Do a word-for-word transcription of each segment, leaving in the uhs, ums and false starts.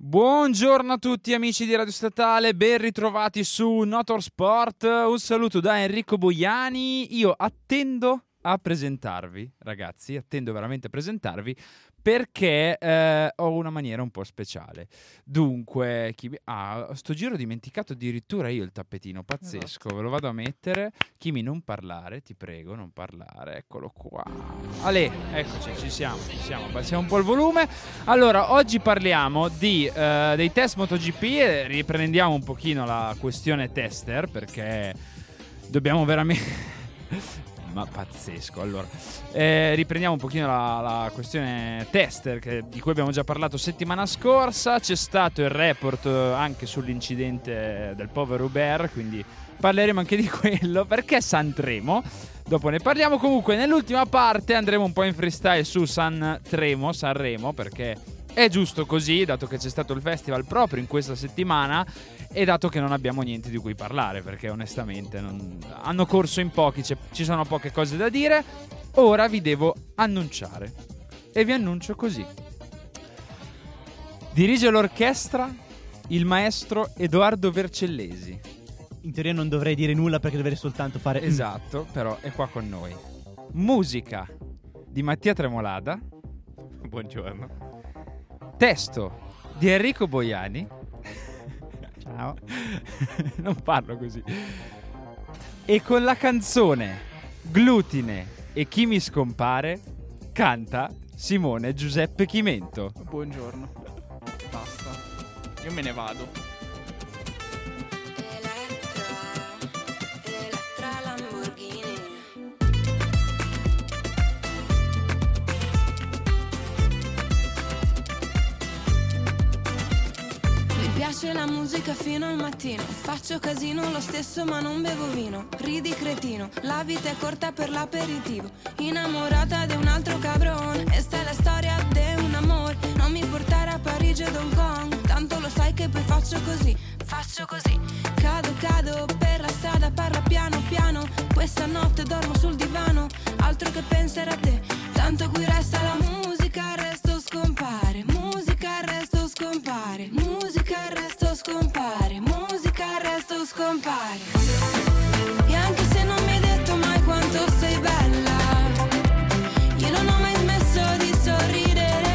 Buongiorno a tutti amici di Radio Statale, ben ritrovati su Notorsport. Un saluto da Enrico Boiani. Io attendo a presentarvi, ragazzi, attendo veramente a presentarvi perché eh, ho una maniera un po' speciale. Dunque, chi... ah, sto giro ho dimenticato addirittura io il tappetino, pazzesco, esatto. Ve lo vado a mettere. Kimi, non parlare, ti prego, non parlare, eccolo qua. Ale, eccoci, ci siamo, ci siamo, abbassiamo un po' il volume. Allora, oggi parliamo di, eh, dei test MotoGP e riprendiamo un pochino la questione tester, perché dobbiamo veramente... Ma pazzesco. Allora, eh, riprendiamo un pochino la, la questione tester che, di cui abbiamo già parlato settimana scorsa. C'è stato il report anche sull'incidente del povero Hubert, quindi parleremo anche di quello, perché Sanremo. Dopo ne parliamo. Comunque nell'ultima parte andremo un po' in freestyle su Sanremo, Sanremo, perché è giusto così, dato che c'è stato il festival proprio in questa settimana e dato che non abbiamo niente di cui parlare, perché onestamente non... hanno corso in pochi, ci sono poche cose da dire. Ora vi devo annunciare e vi annuncio così: dirige l'orchestra il maestro Edoardo Vercellesi. In teoria non dovrei dire nulla perché dovrei soltanto fare... Esatto, però è qua con noi. Musica di Mattia Tremolada. Buongiorno. Testo di Enrico Boiani. Ciao. Non parlo così. E con la canzone Glutine e Chi mi scompare canta Simone Giuseppe Chimento. Buongiorno. Basta. Io me ne vado. Piace la musica fino al mattino. Faccio casino lo stesso ma non bevo vino. Ridi cretino, la vita è corta per l'aperitivo. Innamorata di un altro cabrone. E sta è la storia di un amore. Non mi portare a Parigi o Hong Kong. Tanto lo sai che poi faccio così. Faccio così. Cado, cado per la strada, parla piano piano. Questa notte dormo sul divano. Altro che pensare a te. Tanto qui resta la musica, il resto scompare. Musica, il resto scompare. Musica, il resto scompare. Musica, il resto scompare. E anche se non mi hai detto mai quanto sei bella, io non ho mai smesso di sorridere.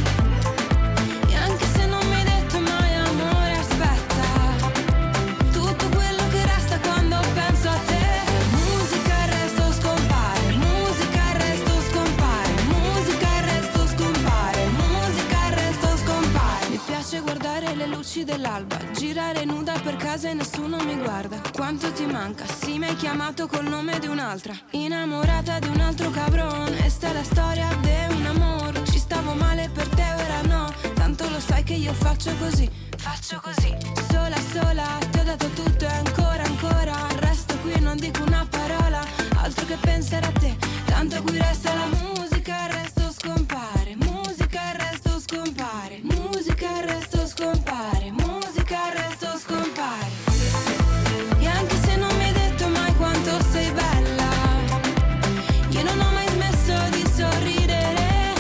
E anche se non mi hai detto mai amore, aspetta, tutto quello che resta quando penso a te. Musica, il resto scompare. Musica, il resto scompare. Musica, il resto scompare. Musica, il resto scompare. Mi piace guardare le luci dell'alba, girare nuda per casa e nessuno mi guarda. Quanto ti manca? Sì, mi hai chiamato col nome di un'altra. Innamorata di un altro cabrone. E sta è la storia di un amore. Ci stavo male per te, ora no. Tanto lo sai che io faccio così. Faccio così. Sola, sola, ti ho dato tutto e ancora, ancora. Resto qui e non dico una parola. Altro che pensare a te. Tanto qui resta la musica, il resto scompare. Musica, il resto scompare. Musica, il resto scompare. Musica, il resto scompare. E anche se non mi hai detto mai quanto sei bella, io non ho mai smesso di sorridere.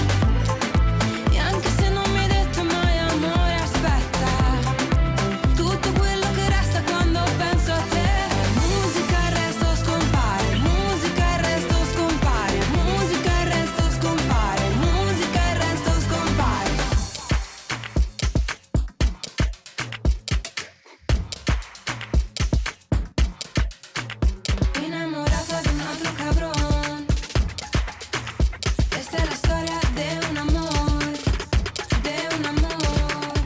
E anche se non mi hai detto mai amore, aspetta, tutto quello che resta quando penso a te. Musica, il resto scompare. Musica, il resto scompare. Musica, il resto scompare. Musica, il resto scompare. Innamorata di un altro cabrone. Questa è la storia di un amore, di un amore.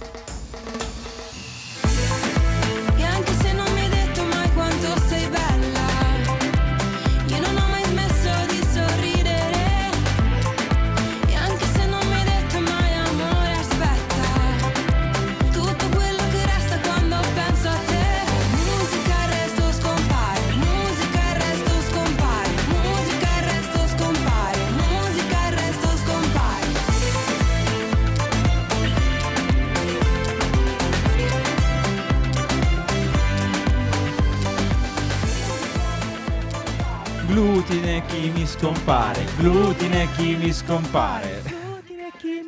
E anche se non mi hai detto mai quanto sei bella, io non ho mai smesso di sorridere. E anche se non mi hai detto mai amore, aspetta, tutto quello che resta quando penso a te. Musica, il resto scompare. Musica, il resto scompare. Musica, il resto scompare. Musica, il resto scompare. Glutine chi mi scompare. Glutine chi mi scompare. Glutine chi mi scompare.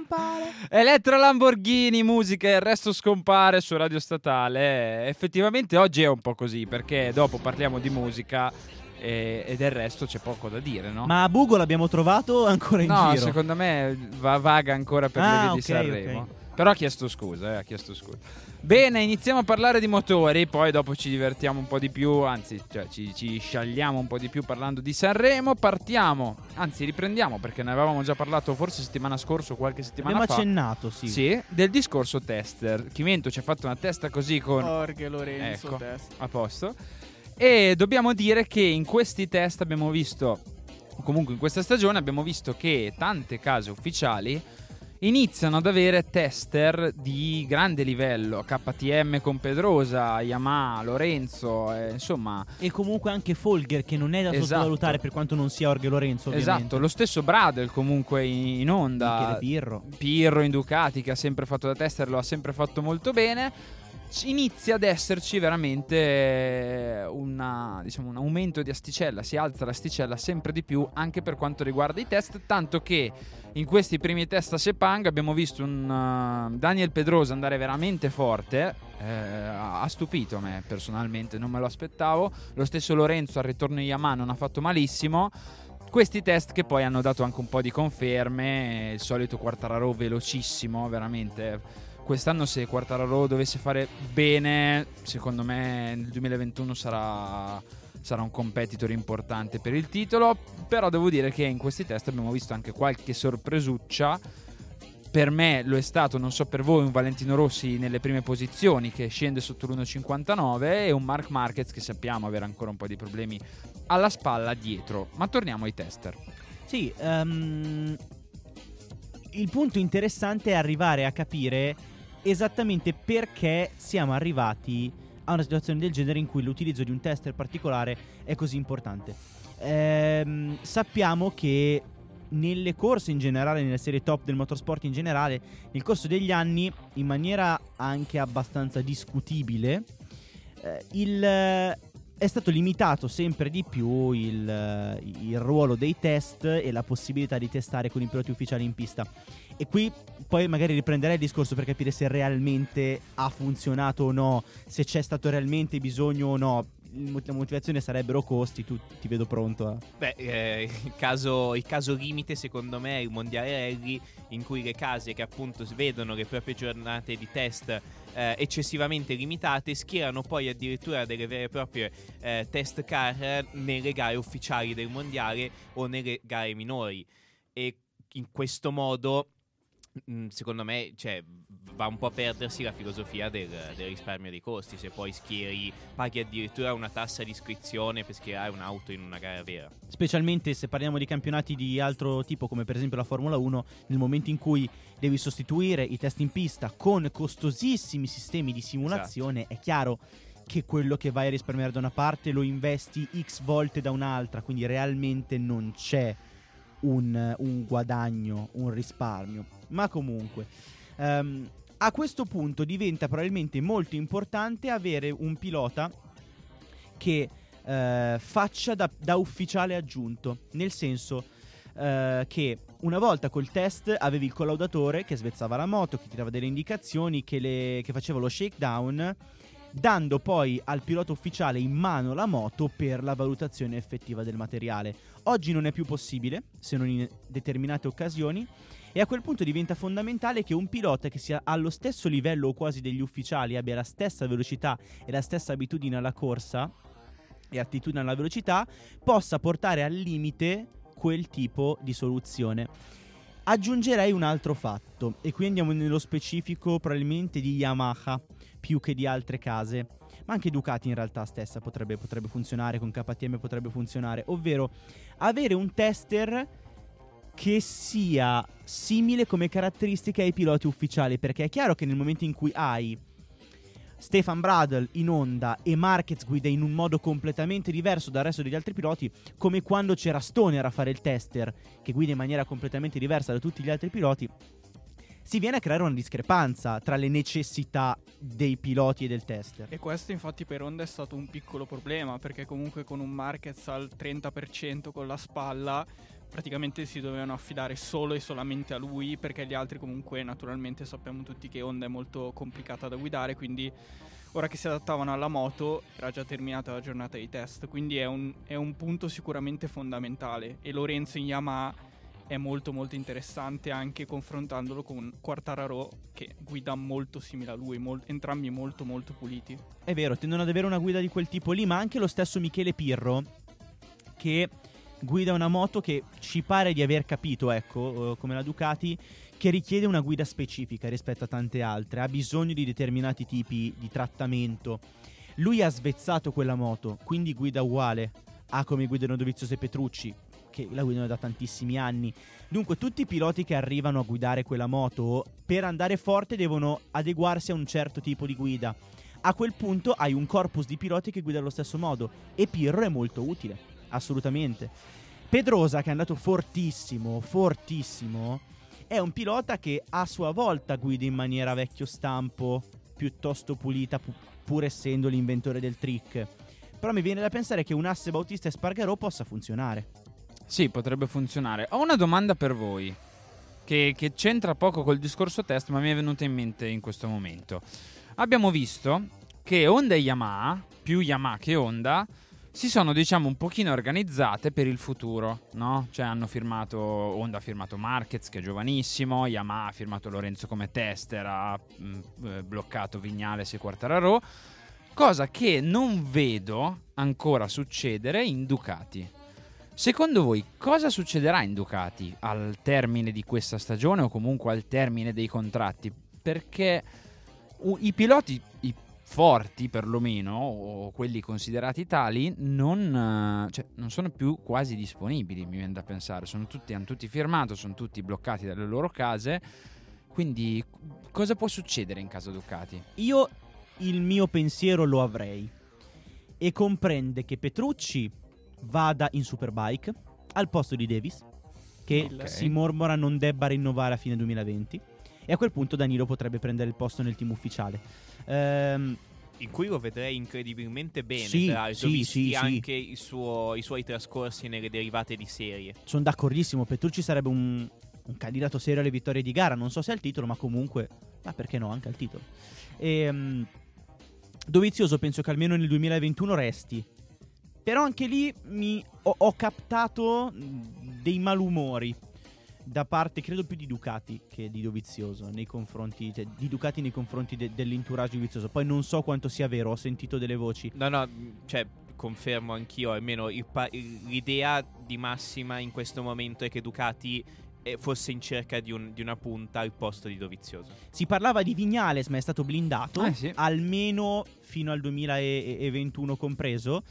scompare. Elettra Lamborghini, musica e il resto scompare su Radio Statale. Effettivamente oggi è un po' così, perché dopo parliamo di musica e, e del resto c'è poco da dire, no? Ma Bugo l'abbiamo trovato ancora in no, giro? secondo me va vaga ancora per Ah, le vie di ok, Sanremo. ok. Però ha chiesto scusa, eh, ha chiesto scusa. Bene, iniziamo a parlare di motori, poi dopo ci divertiamo un po' di più, anzi, cioè ci, ci sciagliamo un po' di più parlando di Sanremo. Partiamo, anzi riprendiamo, perché ne avevamo già parlato forse settimana scorsa o qualche settimana Abbiamo fa. accennato, sì. Sì, del discorso tester. Chimento ci ha fatto una testa così con... Jorge Lorenzo, Ecco, test. a posto. E dobbiamo dire che in questi test abbiamo visto, o comunque in questa stagione abbiamo visto che tante case ufficiali iniziano ad avere tester di grande livello. K T M con Pedrosa, Yamaha, Lorenzo, eh, insomma. E comunque anche Folger, che non è da Esatto. sottovalutare per quanto non sia Jorge Lorenzo, ovviamente. Esatto, lo stesso Bradel comunque in, in onda. Michele Pirro. Pirro in Ducati, che ha sempre fatto da tester, lo ha sempre fatto molto bene. Inizia ad esserci veramente una, diciamo, un aumento di asticella, si alza l'asticella sempre di più anche per quanto riguarda i test, tanto che in questi primi test a Sepang abbiamo visto un uh, Daniel Pedrosa andare veramente forte, eh, ha stupito me personalmente, non me lo aspettavo. Lo stesso Lorenzo al ritorno in Yamaha non ha fatto malissimo. Questi test che poi hanno dato anche un po' di conferme, il solito Quartararo velocissimo, veramente. Quest'anno se Quartararo dovesse fare bene, secondo me nel duemilaventuno sarà, sarà un competitor importante per il titolo. Però devo dire che in questi test abbiamo visto anche qualche sorpresuccia. Per me lo è stato, non so per voi, un Valentino Rossi nelle prime posizioni che scende sotto l'uno virgola cinquantanove e un Marc Marquez che sappiamo avere ancora un po' di problemi alla spalla dietro. Ma torniamo ai tester. Sì, um, il punto interessante è arrivare a capire esattamente perché siamo arrivati a una situazione del genere in cui l'utilizzo di un tester particolare è così importante. Ehm, sappiamo che nelle corse in generale, nelle serie top del motorsport in generale, nel corso degli anni, in maniera anche abbastanza discutibile, eh, il, è stato limitato sempre di più il, il ruolo dei test e la possibilità di testare con i piloti ufficiali in pista. E qui poi magari riprenderei il discorso per capire se realmente ha funzionato o no, se c'è stato realmente bisogno o no. La motivazione sarebbero costi, tu ti vedo pronto a... Beh, eh, il, caso, il caso limite secondo me è il mondiale rally, in cui le case che appunto vedono le proprie giornate di test eh, eccessivamente limitate schierano poi addirittura delle vere e proprie eh, test car nelle gare ufficiali del mondiale o nelle gare minori, e in questo modo secondo me, cioè, va un po' a perdersi la filosofia del, del risparmio dei costi. Se poi schieri, paghi addirittura una tassa di iscrizione per schierare un'auto in una gara vera. Specialmente se parliamo di campionati di altro tipo, come per esempio la Formula uno, nel momento in cui devi sostituire i test in pista con costosissimi sistemi di simulazione, esatto. È chiaro che quello che vai a risparmiare da una parte lo investi x volte da un'altra, quindi realmente non c'è un, un guadagno, un risparmio. Ma comunque um, a questo punto diventa probabilmente molto importante avere un pilota che uh, faccia da, da ufficiale aggiunto, nel senso uh, che una volta col test avevi il collaudatore che svezzava la moto, che ti dava delle indicazioni, che, le, che faceva lo shakedown, dando poi al pilota ufficiale in mano la moto per la valutazione effettiva del materiale. Oggi non è più possibile, se non in determinate occasioni, e a quel punto diventa fondamentale che un pilota che sia allo stesso livello o quasi degli ufficiali, abbia la stessa velocità e la stessa abitudine alla corsa e attitudine alla velocità, possa portare al limite quel tipo di soluzione. Aggiungerei un altro fatto, e qui andiamo nello specifico probabilmente di Yamaha più che di altre case, ma anche Ducati in realtà stessa potrebbe, potrebbe funzionare, con K T M potrebbe funzionare, ovvero avere un tester che sia simile come caratteristiche ai piloti ufficiali, perché è chiaro che nel momento in cui hai Stefan Bradl in Honda e Marquez guida in un modo completamente diverso dal resto degli altri piloti, come quando c'era Stoner a fare il tester che guida in maniera completamente diversa da tutti gli altri piloti, si viene a creare una discrepanza tra le necessità dei piloti e del tester. E questo infatti per Honda è stato un piccolo problema, perché comunque con un Marquez al trenta per cento con la spalla praticamente si dovevano affidare solo e solamente a lui, perché gli altri comunque naturalmente sappiamo tutti che Honda è molto complicata da guidare, quindi ora che si adattavano alla moto era già terminata la giornata di test, quindi è un, è un punto sicuramente fondamentale, e Lorenzo in Yamaha è molto molto interessante anche confrontandolo con Quartararo, che guida molto simile a lui, mol- entrambi molto molto puliti. È vero, tendono ad avere una guida di quel tipo lì, ma anche lo stesso Michele Pirro, che guida una moto che ci pare di aver capito, ecco, come la Ducati, che richiede una guida specifica rispetto a tante altre, ha bisogno di determinati tipi di trattamento. Lui ha svezzato quella moto, quindi guida uguale a come guidano Dovizioso e Petrucci, che la guidano da tantissimi anni. Dunque tutti i piloti che arrivano a guidare quella moto per andare forte devono adeguarsi a un certo tipo di guida. A quel punto hai un corpus di piloti che guida allo stesso modo, e Pirro è molto utile, assolutamente. Pedrosa, che è andato fortissimo, fortissimo, è un pilota che a sua volta guida in maniera vecchio stampo, piuttosto pulita, pu- pur essendo l'inventore del trick. Però mi viene da pensare che un asse Bautista e Spargarò possa funzionare. Sì, potrebbe funzionare. Ho una domanda per voi che, che c'entra poco col discorso test, ma mi è venuta in mente in questo momento. Abbiamo visto che Honda e Yamaha, più Yamaha che Honda, si sono, diciamo, un pochino organizzate per il futuro, no? Cioè hanno firmato, Honda ha firmato Marquez, che è giovanissimo, Yamaha ha firmato Lorenzo come tester, ha mh, bloccato Viñales e Quartararo, cosa che non vedo ancora succedere in Ducati. Secondo voi cosa succederà in Ducati al termine di questa stagione o comunque al termine dei contratti? Perché uh, i piloti i forti perlomeno, o quelli considerati tali, non, uh, cioè, non sono più quasi disponibili, mi viene da pensare. Sono tutti, hanno tutti firmato, sono tutti bloccati dalle loro case. Quindi cosa può succedere in caso Ducati? Io il mio pensiero lo avrei, e comprende che Petrucci vada in Superbike al posto di Davis, che Okay. si mormora non debba rinnovare a fine duemilaventi, e a quel punto Danilo potrebbe prendere il posto nel team ufficiale. Ehm, In cui lo vedrei incredibilmente bene, Sì, tra l'altro, sì, visti sì, sì. anche il suo- i suoi trascorsi nelle derivate di serie. sono d'accordissimo, Petrucci sarebbe un, un candidato serio alle vittorie di gara, non so se al titolo, ma comunque, ma perché no, anche al titolo. Ehm, Dovizioso penso che almeno nel duemilaventuno resti, però anche lì mi ho, ho captato dei malumori da parte, credo, più di Ducati che di Dovizioso nei confronti, cioè di Ducati nei confronti de- dell'entourage Dovizioso. Poi non so quanto sia vero, ho sentito delle voci. No, no, cioè, confermo anch'io, almeno il pa- il- l'idea di massima in questo momento è che Ducati eh, fosse in cerca di, un- di una punta al posto di Dovizioso. Si parlava di Viñales, ma è stato blindato, Eh, sì. almeno fino al duemilaventuno compreso,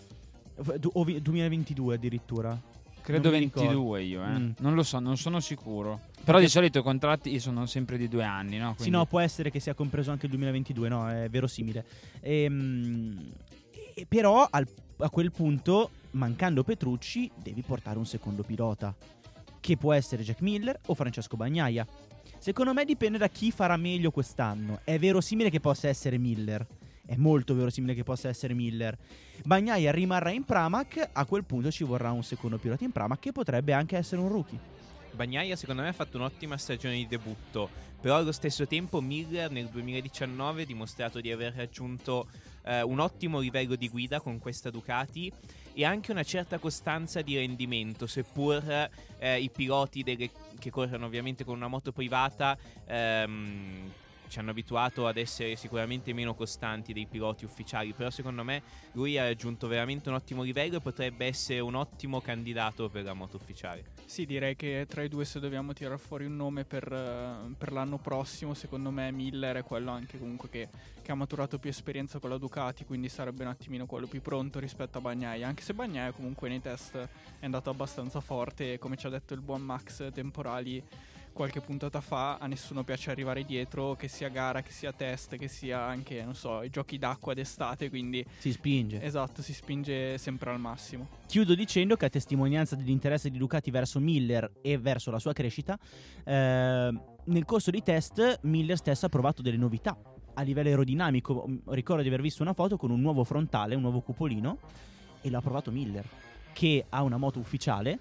Du- o vi- duemilaventidue addirittura. Credo Non mi ricordo. ventidue io, eh. Mm. Non lo so, non sono sicuro. Però Perché- di solito i contratti sono sempre di due anni, no? Sì, Quindi- no, può essere che sia compreso anche il duemilaventidue, no, è verosimile. Ehm, e però al- a quel punto, mancando Petrucci, devi portare un secondo pilota, che può essere Jack Miller o Francesco Bagnaia. Secondo me dipende da chi farà meglio quest'anno. È verosimile che possa essere Miller. È molto verosimile che possa essere Miller. Bagnaia rimarrà in Pramac, a quel punto ci vorrà un secondo pilota in Pramac, che potrebbe anche essere un rookie. Bagnaia secondo me ha fatto un'ottima stagione di debutto, però allo stesso tempo Miller nel duemiladiciannove ha dimostrato di aver raggiunto eh, un ottimo livello di guida con questa Ducati e anche una certa costanza di rendimento, seppur eh, i piloti delle, che corrono ovviamente con una moto privata ehm, ci hanno abituato ad essere sicuramente meno costanti dei piloti ufficiali, però secondo me lui ha raggiunto veramente un ottimo livello e potrebbe essere un ottimo candidato per la moto ufficiale. Sì, direi che tra i due, se dobbiamo tirare fuori un nome per, eh, per l'anno prossimo, secondo me Miller è quello anche comunque che, che ha maturato più esperienza con la Ducati, quindi sarebbe un attimino quello più pronto rispetto a Bagnaia, anche se Bagnaia comunque nei test è andato abbastanza forte e, come ci ha detto il buon Max Temporali qualche puntata fa, a nessuno piace arrivare dietro, che sia gara, che sia test, che sia anche, non so, i giochi d'acqua d'estate, quindi Si spinge. esatto, si spinge sempre al massimo. Chiudo dicendo che, a testimonianza dell'interesse di Ducati verso Miller e verso la sua crescita, eh, nel corso di test Miller stesso ha provato delle novità a livello aerodinamico. Ricordo di aver visto una foto con un nuovo frontale, un nuovo cupolino, e l'ha provato Miller, che ha una moto ufficiale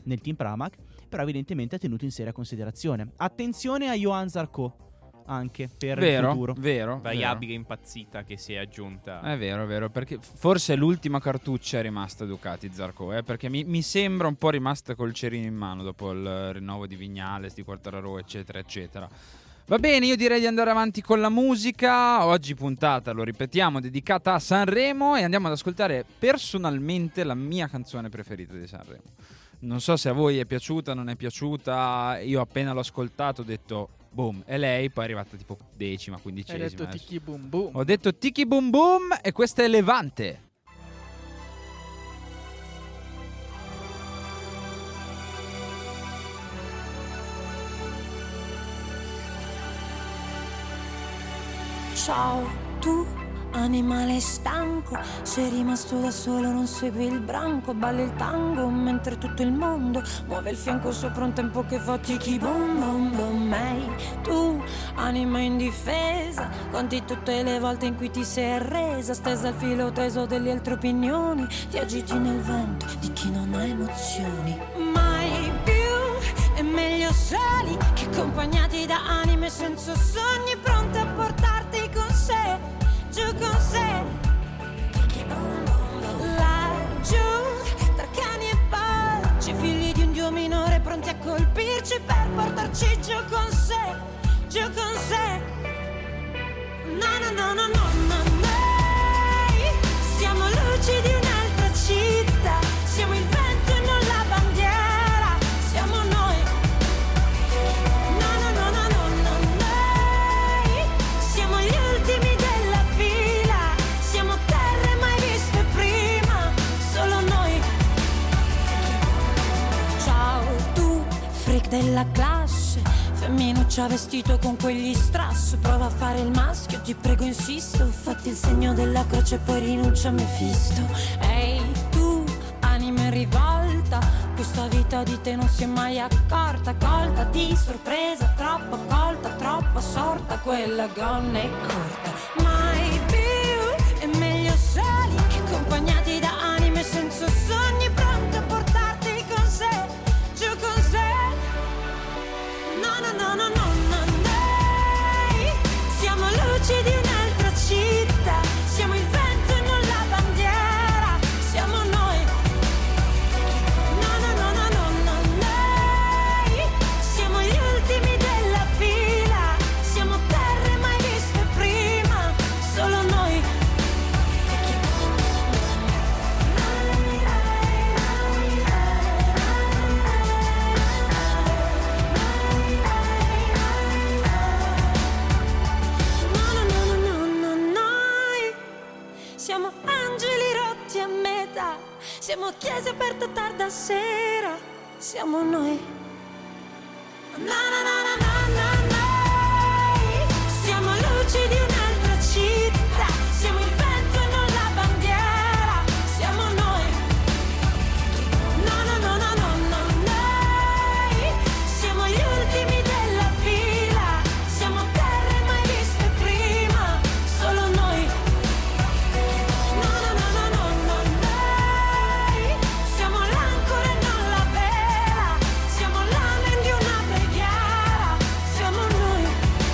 nel team Pramac, però evidentemente ha tenuto in seria considerazione. Attenzione a Johan Zarco anche per vero, il futuro. Vero, Variabile vero. impazzita che si è aggiunta. È vero, è vero, perché forse l'ultima cartuccia è rimasta Ducati Zarco, eh, perché mi, mi sembra un po' rimasta col cerino in mano dopo il rinnovo di Vignales, di Quartararo, eccetera, eccetera. Va bene, io direi di andare avanti con la musica. Oggi puntata, lo ripetiamo, dedicata a Sanremo, e andiamo ad ascoltare personalmente la mia canzone preferita di Sanremo. Non so se a voi è piaciuta, non è piaciuta. Io appena l'ho ascoltato ho detto boom, è lei, poi è arrivata tipo decima, quindicesima. Hai detto adesso. tiki boom boom. Ho detto tiki boom boom, e questa è Levante. Ciao, tu, animale stanco, sei rimasto da solo, non segui il branco, balli il tango mentre tutto il mondo muove il fianco sopra un tempo che fa tiki boom boom boom. Ehi, tu, anima indifesa, conti tutte le volte in cui ti sei arresa, stesa al filo teso delle altre opinioni, ti agiti nel vento di chi non ha emozioni. Mai più, è meglio soli che accompagnati da anime senza sogni, pronte a portarti con sé, giù con sé. Laggiù, tra cani e porci, figli di un dio minore pronti a colpirci per portarci giù con sé, giù con sé. No, no, no, no, no, no, noi siamo luci di un'altra città, siamo il vento e non la bandiera, siamo noi. No, no, no, no, no, no, noi siamo gli ultimi della fila, siamo terre mai viste prima, solo noi. Ciao tu, freak della classe, femminuccia vestito con quegli strass, prova a fare il maschio, ti prego insisto, fatti il segno della croce e poi rinuncia a Mefisto. Ehi tu, anima in rivolta, questa vita di te non si è mai accorta, colta di sorpresa, troppo colta, troppo sorta, quella gonna è corta. Mai più, è meglio soli che accompagnati da anime senza sogni, pronte a portarti con sé, giù con sé. No, no, no, no, no, no, noi siamo luci di un'altra città, siamo il vento e non la bandiera, siamo noi. No, no, no, no, no, no, noi siamo gli ultimi della fila, siamo terre mai viste prima, solo noi. No, no, no, no, no, noi siamo angeli rotti a metà, siamo chiese aperte tarda sera, siamo noi. No, no, no, no, no, no, noi siamo luci di un'altra città, siamo il vento e non la bandiera, siamo noi. No, no, no, no, no, no, noi siamo gli ultimi della fila, siamo terre mai viste prima, solo noi. No, no, no, no, no, no, noi siamo l'ancora e non la vela, siamo l'amen di una preghiera, siamo noi.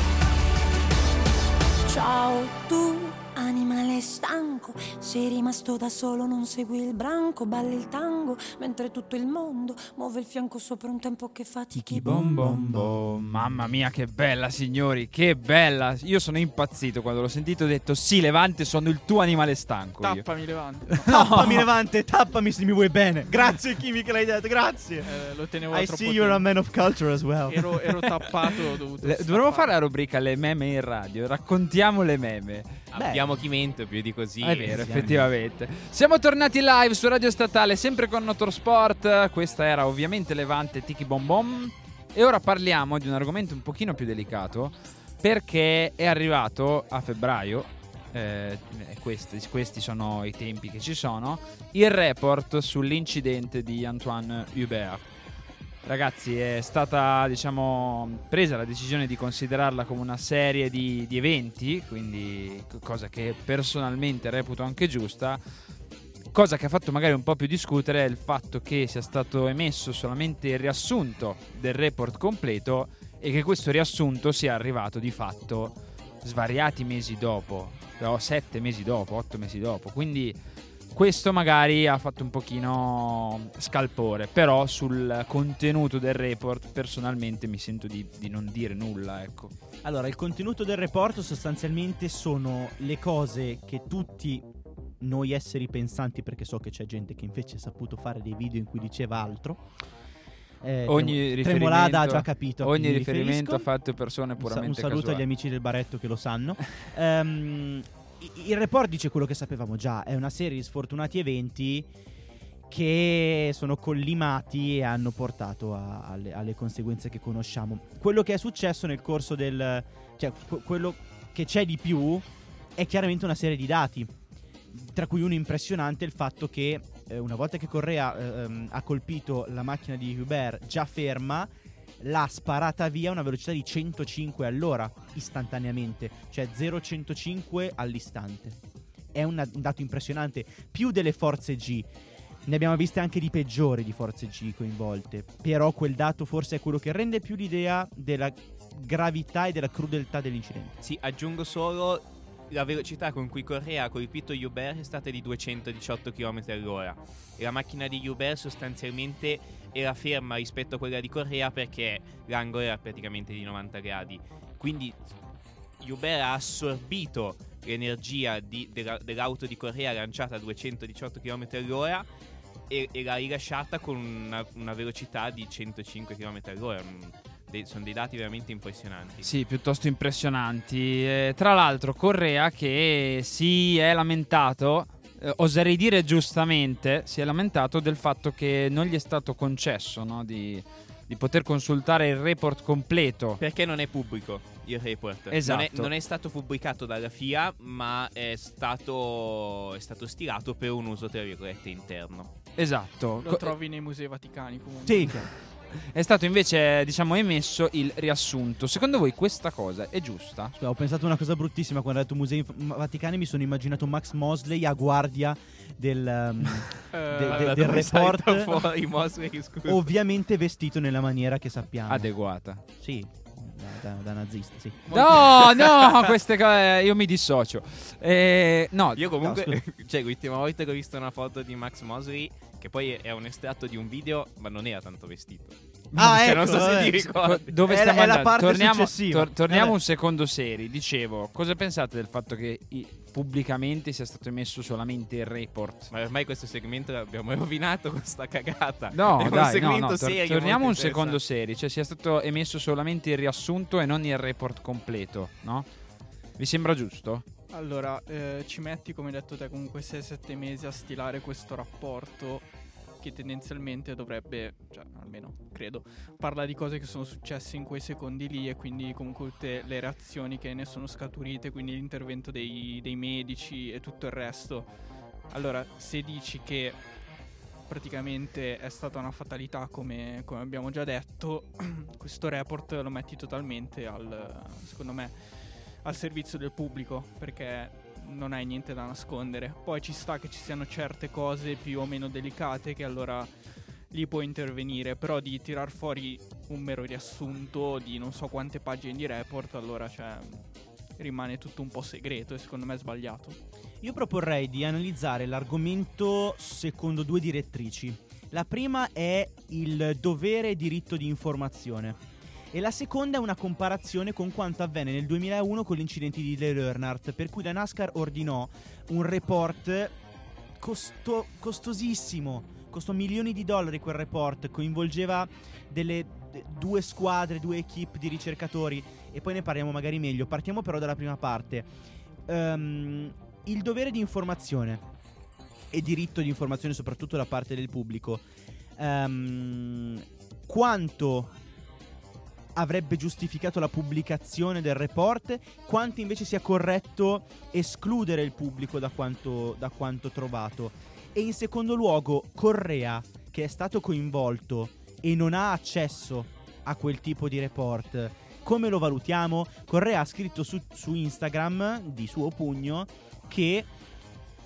Ciao tu, animale stanco, sei rimasto da solo, non segui il branco, balli il tango mentre tutto il mondo muove il fianco sopra un tempo che fa tiki Bom bom bom. Mamma mia, che bella, signori, che bella. Io sono impazzito quando l'ho sentito, ho detto sì, Levante, sono il tuo animale stanco. io. Tappami Levante. Tappami Levante, tappami se mi vuoi bene. Grazie Kimi che l'hai detto, grazie. Eh, lo tenevo I troppo see you're a tempo. man of culture as well. Ero, ero tappato, ho dovuto Le- stappare. dovremmo fare la rubrica le meme in radio. Raccontiamo le meme. Abbiamo Chimento, più di così. È vero, sì, effettivamente. Siamo tornati live su Radio Statale, sempre con Motorsport. Questa era ovviamente Levante Tiki Bom Bom. E ora parliamo di un argomento un pochino più delicato, perché è arrivato a febbraio, eh, questi, questi sono i tempi che ci sono, il report sull'incidente di Antoine Hubert. Ragazzi, è stata, diciamo, presa la decisione di considerarla come una serie di, di eventi, quindi cosa che personalmente reputo anche giusta. Cosa che ha fatto magari un po' più discutere è il fatto che sia stato emesso solamente il riassunto del report completo e che questo riassunto sia arrivato di fatto svariati mesi dopo, o sette mesi dopo, otto mesi dopo. Quindi questo magari ha fatto un pochino scalpore, però sul contenuto del report personalmente mi sento di, di non dire nulla, ecco. Allora, il contenuto del report sostanzialmente sono le cose che tutti noi esseri pensanti, perché so che c'è gente che invece ha saputo fare dei video in cui diceva altro. Eh, ogni Tremolada ha già capito. Ogni riferimento ha fatto persone puramente un, sa- un saluto casuali. agli amici del Baretto che lo sanno. um, il report dice quello che sapevamo già. È una serie di sfortunati eventi che sono collimati e hanno portato a, alle, alle conseguenze che conosciamo. Quello che è successo nel corso del, cioè qu- quello che c'è di più è chiaramente una serie di dati, tra cui uno impressionante, il fatto che eh, una volta che Correa eh, ha colpito la macchina di Hubert già ferma, l'ha sparata via a una velocità di centocinque all'ora istantaneamente, cioè zero a centocinque all'istante. È un dato impressionante, più delle forze G. Ne abbiamo viste anche di peggiori di forze G coinvolte, però quel dato forse è quello che rende più l'idea della gravità e della crudeltà dell'incidente. Sì, aggiungo solo la velocità con cui Correa ha colpito Hubert è stata di duecentodiciotto chilometri all'ora e la macchina di Hubert sostanzialmente era ferma rispetto a quella di Correa perché l'angolo era praticamente di novanta gradi. Quindi Hubert ha assorbito l'energia di, della, dell'auto di Correa lanciata a duecentodiciotto chilometri all'ora e, e l'ha rilasciata con una, una velocità di centocinque chilometri all'ora. De- sono dei dati veramente impressionanti. Sì, piuttosto impressionanti. Eh, tra l'altro Correa che si è lamentato, eh, oserei dire giustamente, si è lamentato del fatto che non gli è stato concesso, no, di, di poter consultare il report completo. Perché non è pubblico il report. Esatto. Non è, non è stato pubblicato dalla F I A, ma è stato, è stato stilato per un uso tra virgolette interno. Esatto. Lo Co- trovi nei musei vaticani comunque. Sì, È stato invece, diciamo, emesso il riassunto. Secondo voi questa cosa è giusta? ho pensato una cosa bruttissima quando ho detto musei vaticani. Mi sono immaginato Max Mosley a guardia del, um, Eh, de- de- Allora, del dove report, salta fuori Mosley, scusa. ovviamente vestito nella maniera che sappiamo. Adeguata. Sì, da, da- da nazista, sì. No, no, queste cose io mi dissocio. Eh, no, Io comunque, No, cioè l'ultima volta che ho visto una foto di Max Mosley, che poi è un estratto di un video, ma non era tanto vestito. Ah, Cioè, ecco, non so se vabbè. ti ricordi. dove È stiamo la- è la andando? parte Torniamo, successiva. tor- torniamo Vabbè. un secondo seri. Dicevo, cosa pensate del fatto che i- pubblicamente sia stato emesso solamente il report? Ma ormai questo segmento l'abbiamo rovinato con sta cagata. No, è un dai, no, segmento no, tor- serio, torniamo un molto secondo interessante. seri, cioè sia stato emesso solamente il riassunto e non il report completo, no? Vi sembra giusto? Allora, eh, ci metti, come hai detto te, comunque sei sette mesi a stilare questo rapporto che tendenzialmente dovrebbe, cioè almeno credo, parla di cose che sono successe in quei secondi lì e quindi comunque tutte le reazioni che ne sono scaturite, quindi l'intervento dei, dei medici e tutto il resto. Allora, se dici che praticamente è stata una fatalità, come, come abbiamo già detto, questo report lo metti totalmente al, secondo me, al servizio del pubblico, perché non hai niente da nascondere. Poi ci sta che ci siano certe cose più o meno delicate che allora lì puoi intervenire, però di tirar fuori un mero riassunto di non so quante pagine di report, allora cioè rimane tutto un po' segreto e secondo me è sbagliato. Io proporrei di analizzare l'argomento secondo due direttrici. La prima è il dovere e diritto di informazione e la seconda è una comparazione con quanto avvenne nel duemilauno con gli incidenti di Dale Earnhardt, per cui la NASCAR ordinò un report costo- costosissimo, costò milioni di dollari quel report, coinvolgeva delle d- due squadre, due equip di ricercatori e poi ne parliamo magari meglio. Partiamo però dalla prima parte. Um, il dovere di informazione e diritto di informazione soprattutto da parte del pubblico, um, quanto avrebbe giustificato la pubblicazione del report, quanto invece sia corretto escludere il pubblico da quanto, da quanto trovato. E in secondo luogo Correa, che è stato coinvolto e non ha accesso a quel tipo di report, come lo valutiamo? Correa ha scritto su, su Instagram di suo pugno che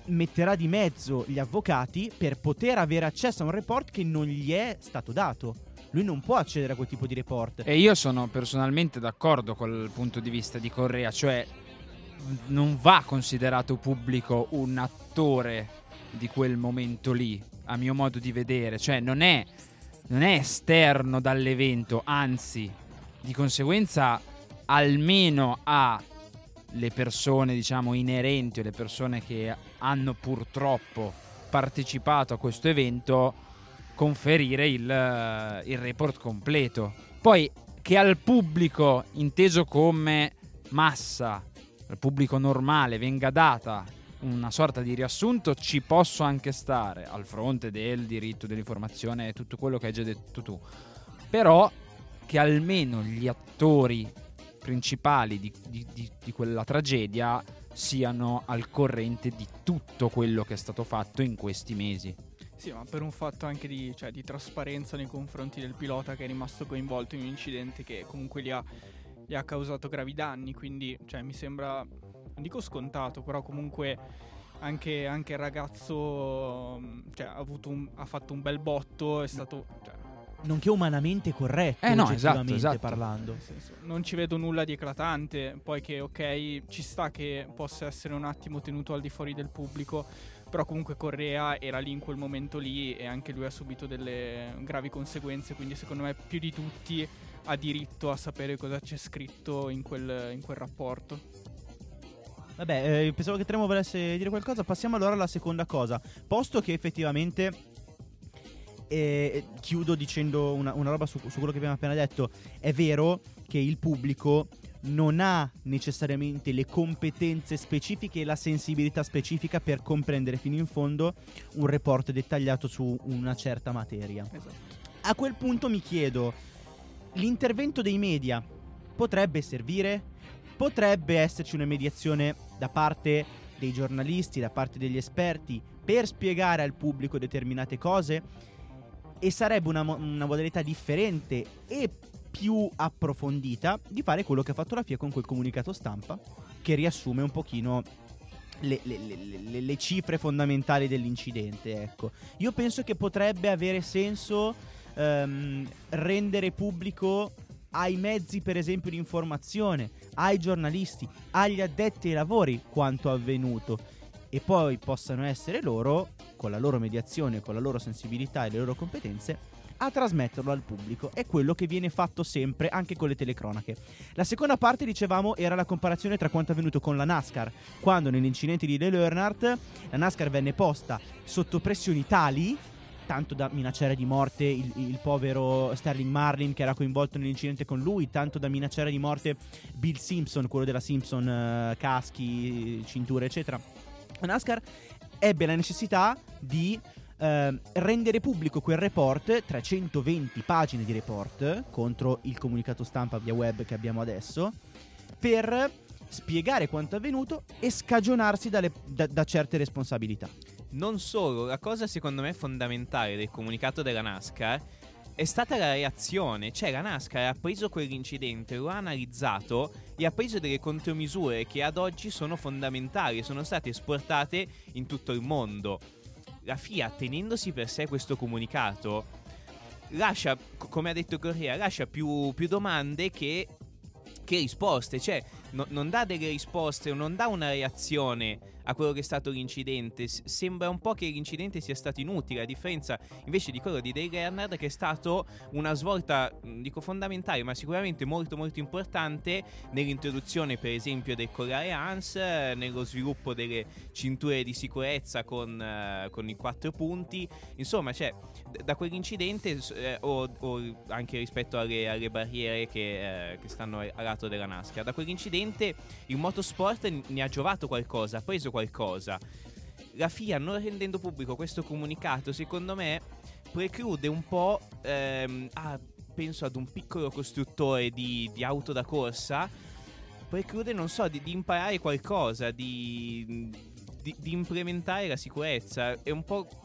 metterà di mezzo gli avvocati per poter avere accesso a un report che non gli è stato dato. Lui non può accedere a quel tipo di report. E io sono personalmente d'accordo col punto di vista di Correa, cioè non va considerato pubblico un attore di quel momento lì, a mio modo di vedere, cioè non è, non è esterno dall'evento, anzi, di conseguenza almeno a le persone, diciamo, inerenti o le persone che hanno purtroppo partecipato a questo evento conferire il, il report completo. Poi che al pubblico, inteso come massa, al pubblico normale, venga data una sorta di riassunto, ci posso anche stare, al fronte del diritto dell'informazione e tutto quello che hai già detto tu. Però che almeno gli attori principali di, di, di, di quella tragedia siano al corrente di tutto quello che è stato fatto in questi mesi. Sì, ma per un fatto anche di, cioè, di trasparenza nei confronti del pilota che è rimasto coinvolto in un incidente che comunque gli ha, gli ha causato gravi danni, quindi cioè, mi sembra, non dico scontato, però comunque anche, anche il ragazzo cioè, ha, avuto un, ha fatto un bel botto, è stato... Cioè, nonché umanamente corretto, eh no, oggettivamente esatto, esatto. parlando. nel senso, non ci vedo nulla di eclatante, poi che ok, ci sta che possa essere un attimo tenuto al di fuori del pubblico, però comunque Correa era lì in quel momento lì e anche lui ha subito delle gravi conseguenze, quindi secondo me più di tutti ha diritto a sapere cosa c'è scritto in quel, in quel rapporto. Vabbè, eh, pensavo che Tremo volesse dire qualcosa. Passiamo allora alla seconda cosa. Posto che effettivamente eh, chiudo dicendo una, una roba su, su quello che abbiamo appena detto. È vero che il pubblico non ha necessariamente le competenze specifiche e la sensibilità specifica per comprendere fino in fondo un report dettagliato su una certa materia. Esatto. A quel punto mi chiedo, l'intervento dei media potrebbe servire? Potrebbe esserci una mediazione da parte dei giornalisti, da parte degli esperti per spiegare al pubblico determinate cose? E sarebbe una, mo- una modalità differente e più approfondita di fare quello che ha fatto la F I A con quel comunicato stampa che riassume un pochino le, le, le, le, le cifre fondamentali dell'incidente. Ecco, io penso che potrebbe avere senso ehm, rendere pubblico ai mezzi, per esempio, di informazione, ai giornalisti, agli addetti ai lavori quanto avvenuto, e poi possano essere loro, con la loro mediazione, con la loro sensibilità e le loro competenze, a trasmetterlo al pubblico. È quello che viene fatto sempre anche con le telecronache. La seconda parte, dicevamo, era la comparazione tra quanto avvenuto con la NASCAR, quando nell'incidente di Dale Earnhardt la NASCAR venne posta sotto pressioni tali tanto da minacciare di morte il, il povero Sterling Marlin che era coinvolto nell'incidente con lui, tanto da minacciare di morte Bill Simpson, quello della Simpson, uh, caschi, cinture eccetera. La NASCAR ebbe la necessità di Uh, rendere pubblico quel report, trecentoventi pagine di report contro il comunicato stampa via web che abbiamo adesso, per spiegare quanto avvenuto e scagionarsi dalle, da, da certe responsabilità. Non solo, la cosa secondo me fondamentale del comunicato della NASCAR è stata la reazione. Cioè la NASCAR ha preso quell'incidente, lo ha analizzato e ha preso delle contromisure che ad oggi sono fondamentali, sono state esportate in tutto il mondo. La F I A, tenendosi per sé questo comunicato, lascia, come ha detto Correa, lascia più, più domande che, che risposte. Cioè no, non dà delle risposte o non dà una reazione a quello che è stato l'incidente. S- sembra un po' che l'incidente sia stato inutile, a differenza invece di quello di Dale Earnhardt, che è stato una svolta, dico fondamentale, ma sicuramente molto molto importante nell'introduzione, per esempio, del collare A N S, nello sviluppo delle cinture di sicurezza con, uh, con i quattro punti. Insomma, cioè, d- da quell'incidente eh, o, o anche rispetto alle, alle barriere che, eh, che stanno al lato della NASCAR, da quell'incidente il motorsport ne ha giovato qualcosa, ha preso qualcosa. La F I A, non rendendo pubblico questo comunicato, secondo me preclude un po' ehm, a, penso ad un piccolo costruttore di, di auto da corsa, preclude, non so, di, di imparare qualcosa, di, di, di implementare la sicurezza. È un po'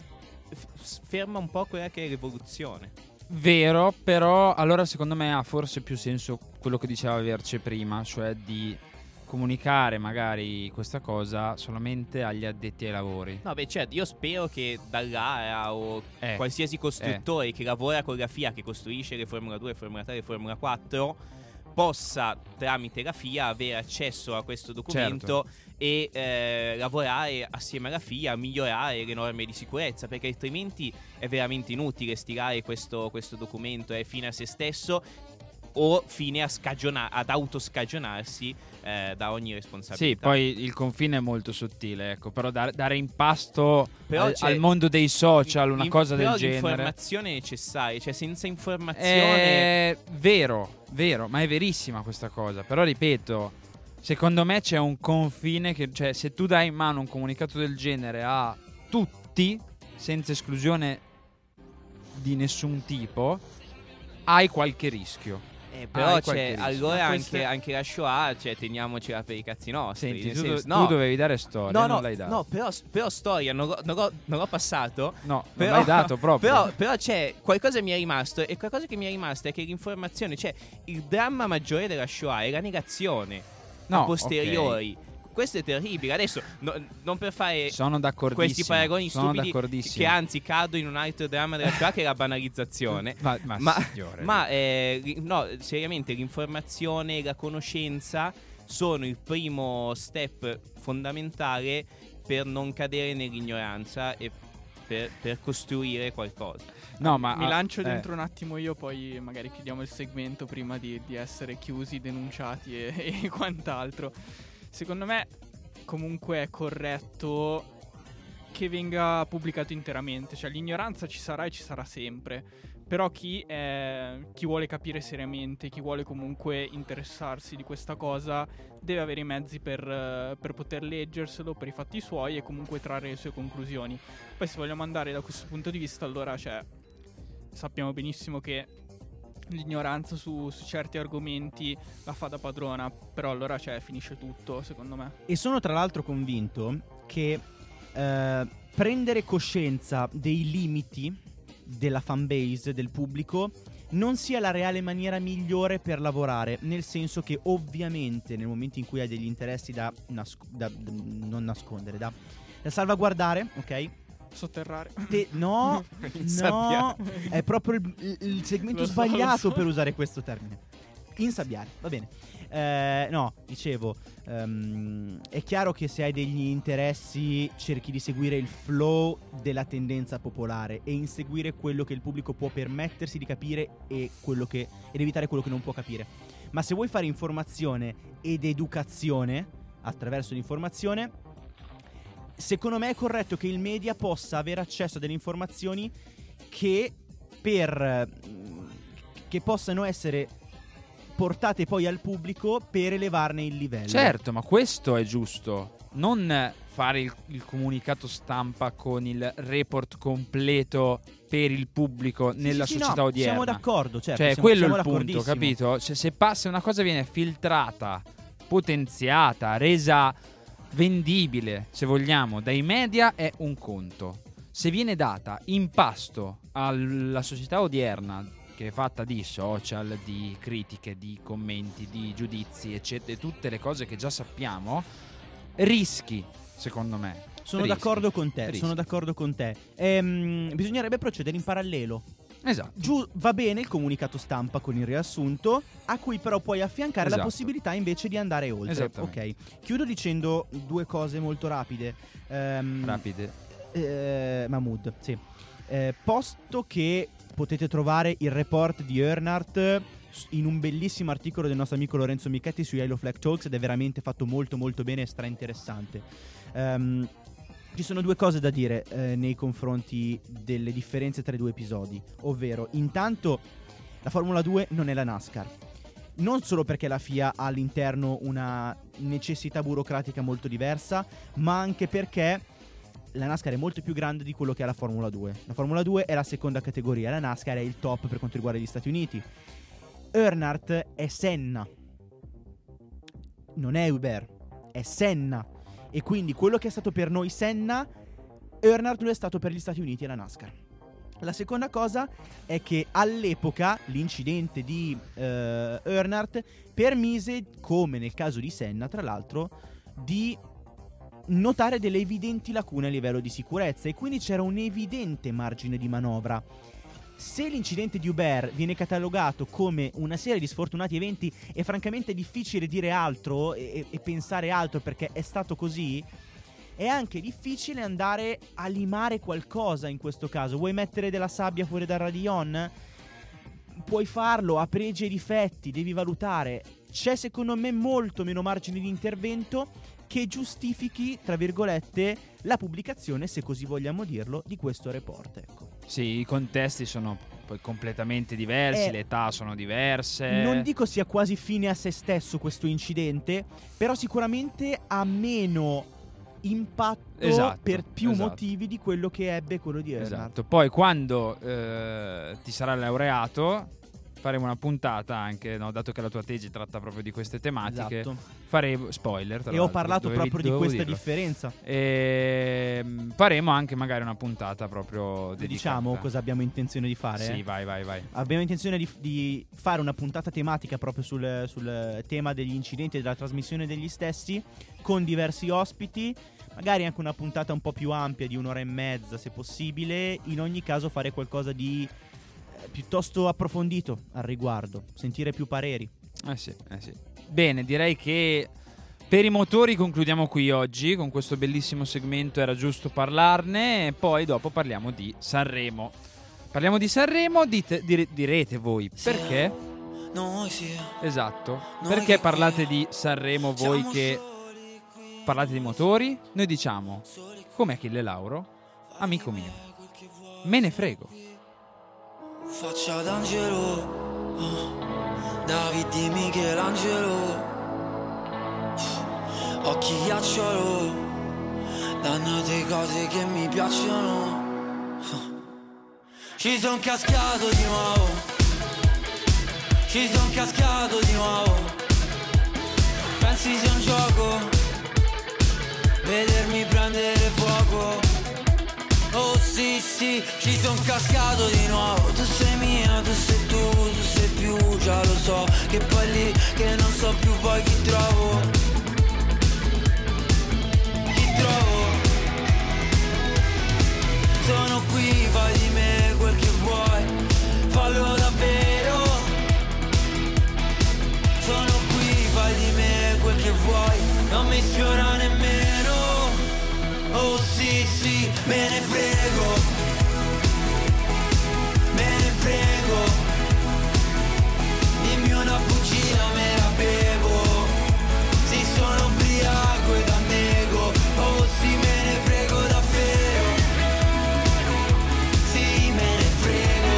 f- ferma un po' quella che è l'evoluzione. Vero, però allora secondo me ha forse più senso quello che diceva Verce prima, cioè di comunicare magari questa cosa solamente agli addetti ai lavori. No, beh, certo, io spero che dall'A o Eh, qualsiasi costruttore che lavora con la F I A, che costruisce le Formula due, Formula tre e Formula quattro, possa tramite la F I A avere accesso a questo documento Certo. e eh, lavorare assieme alla F I A a migliorare le norme di sicurezza, perché altrimenti è veramente inutile stilare questo, questo documento, è fine a se stesso o fine a scagiona- ad autoscagionarsi eh, da ogni responsabilità. Sì, poi il confine è molto sottile, ecco, però dare, dare in pasto Però al, c'è- al mondo dei social una L'in- cosa però del genere l'informazione è necessaria, cioè senza informazione è vero, vero, ma è verissima questa cosa. Però ripeto, secondo me c'è un confine che, cioè, se tu dai in mano un comunicato del genere a tutti, senza esclusione di nessun tipo, hai qualche rischio. Eh, però hai c'è, qualche rischio. allora Ma anche, queste- anche la Shoah, cioè teniamocela per i cazzi nostri. Senti, nel tu, senso- tu no, dovevi dare storia, no, non no, l'hai dato. no, però, però storia non l'ho, non l'ho- non l'ho passato. No, non Però, l'hai dato proprio. Però, però c'è qualcosa che mi è rimasto, e qualcosa che mi è rimasto è che l'informazione, cioè il dramma maggiore della Shoah è la negazione No, a posteriori. Questo è terribile. Adesso, no- non per fare Sono d'accordissimo. questi paragoni sono stupidi, d'accordissimo. che anzi cado in un altro dramma della Shoah che è la banalizzazione. Ma, ma, Ma, signore. ma eh, ri- no, seriamente l'informazione e la conoscenza sono il primo step fondamentale per non cadere nell'ignoranza e per, per costruire qualcosa. no, ma Mi ah, lancio eh, dentro un attimo io, poi magari chiudiamo il segmento prima di, di essere chiusi, denunciati e, e quant'altro. Secondo me comunque è corretto che venga pubblicato interamente, cioè l'ignoranza ci sarà e ci sarà sempre, però chi, è, chi vuole capire seriamente, chi vuole comunque interessarsi di questa cosa deve avere i mezzi per, eh, per poter leggerselo per i fatti suoi e comunque trarre le sue conclusioni. Poi se vogliamo andare da questo punto di vista, allora cioè, sappiamo benissimo che l'ignoranza su, su certi argomenti la fa da padrona, però allora cioè, finisce tutto secondo me. E sono tra l'altro convinto che eh, prendere coscienza dei limiti della fanbase, del pubblico, non sia la reale maniera migliore per lavorare, nel senso che ovviamente nel momento in cui hai degli interessi da, nasc- da, da non nascondere, da, da salvaguardare, ok? Sotterrare. Te- no, no, Insabbiare. è proprio il, il segmento Lo so, sbagliato lo so. per usare questo termine. Insabbiare, va bene. Eh, no, dicevo, ehm, è chiaro che se hai degli interessi cerchi di seguire il flow della tendenza popolare e inseguire quello che il pubblico può permettersi di capire e, quello che, ed evitare quello che non può capire. Ma se vuoi fare informazione ed educazione attraverso l'informazione, secondo me è corretto che il media possa avere accesso a delle informazioni che per che possano essere portate poi al pubblico per elevarne il livello. certo, ma questo è giusto. Non fare il, il comunicato stampa con il report completo per il pubblico Sì, nella sì, sì, società no, odierna. siamo d'accordo, certo, Cioè, siamo, quello è siamo il punto, d'accordissimo. capito? Cioè, se passa una cosa viene filtrata, potenziata, resa vendibile, se vogliamo, dai media è un conto. Se viene data in pasto alla società odierna, che è fatta di social, di critiche, di commenti, di giudizi, eccetera, tutte le cose che già sappiamo, rischi, secondo me. Sono Rischi. d'accordo con te, Rischi. sono d'accordo con te. Ehm, bisognerebbe procedere in parallelo. Esatto. Giù va bene il comunicato stampa con il riassunto, a cui però puoi affiancare la Esatto. possibilità invece di andare oltre. Esattamente. Ok. Chiudo dicendo due cose molto rapide. Ehm, Rapide. eh, Mahmood, sì. Eh, posto che potete trovare il report di Earnhardt in un bellissimo articolo del nostro amico Lorenzo Michetti su Yellow Flag Talks ed è veramente fatto molto molto bene e stra interessante. Ehm, ci sono due cose da dire eh, nei confronti delle differenze tra i due episodi, ovvero intanto la Formula due non è la NASCAR. Non solo perché la F I A ha all'interno una necessità burocratica molto diversa, ma anche perché la NASCAR è molto più grande di quello che è la Formula due. La Formula due è la seconda categoria, la NASCAR è il top per quanto riguarda gli Stati Uniti. Earnhardt è Senna, non è Hubert, è Senna. E quindi quello che è stato per noi Senna, Earnhardt lo è stato per gli Stati Uniti e la NASCAR. La seconda cosa è che all'epoca l'incidente di eh, Earnhardt permise, come nel caso di Senna tra l'altro, di notare delle evidenti lacune a livello di sicurezza, e quindi c'era un evidente margine di manovra. Se l'incidente di Hubert viene catalogato come una serie di sfortunati eventi, è francamente difficile dire altro e, e pensare altro, perché è stato così. È anche difficile andare a limare qualcosa in questo caso. Vuoi mettere della sabbia fuori dal radillon? Puoi farlo, ha pregi e difetti, devi valutare. C'è secondo me molto meno margine di intervento che giustifichi, tra virgolette, la pubblicazione, se così vogliamo dirlo, di questo report, ecco. Sì, i contesti sono poi completamente diversi, Eh, le età sono diverse. Non dico sia quasi fine a se stesso questo incidente, però sicuramente ha meno impatto Esatto, per più esatto. motivi di quello che ebbe quello di Earnhardt. Esatto. Poi quando eh, ti sarai laureato faremo una puntata anche, no, dato che la tua tesi tratta proprio di queste tematiche. Esatto. Faremo spoiler, tra E ho l'altro, parlato dovevi- proprio di dovevo questa dirlo. differenza. E mm, faremo anche magari una puntata proprio dedicata. Diciamo cosa abbiamo intenzione di fare. Sì, eh? vai, vai, vai. Abbiamo intenzione di, di fare una puntata tematica proprio sul, sul tema degli incidenti e della trasmissione degli stessi, con diversi ospiti, magari anche una puntata un po' più ampia di un'ora e mezza se possibile. In ogni caso fare qualcosa di eh, piuttosto approfondito al riguardo, sentire più pareri. Eh sì, eh sì. Bene, direi che per i motori concludiamo qui oggi con questo bellissimo segmento, era giusto parlarne, e poi dopo parliamo di Sanremo. Parliamo di Sanremo, dite, dire- direte voi perché? Noi sì, Esatto. Noi Perché che parlate qui di Sanremo voi siamo che soli qui, parlate di motori? Noi diciamo, come Achille Lauro, amico mio, me ne frego. faccia d'angelo, oh, David di Michelangelo, occhi ghiacciolo, dannate cose che mi piacciono, oh. Ci son cascato di nuovo, ci son cascato di nuovo, pensi sia un gioco, vedermi prendere fuoco. Oh sì sì, ci son cascato di nuovo. Tu sei mia, tu sei tu, tu sei più, già lo so. Che poi lì, che non so più poi chi trovo. Chi trovo. Sono qui, fai di me quel che vuoi, fallo davvero. Sono qui, fai di me quel che vuoi, non mi sfiora nemmeno. Oh sì sì, me ne frego, me ne frego, dimmi una bugia, me la bevo, sì sono ubriaco ed annego, oh sì me ne frego davvero, sì me ne frego,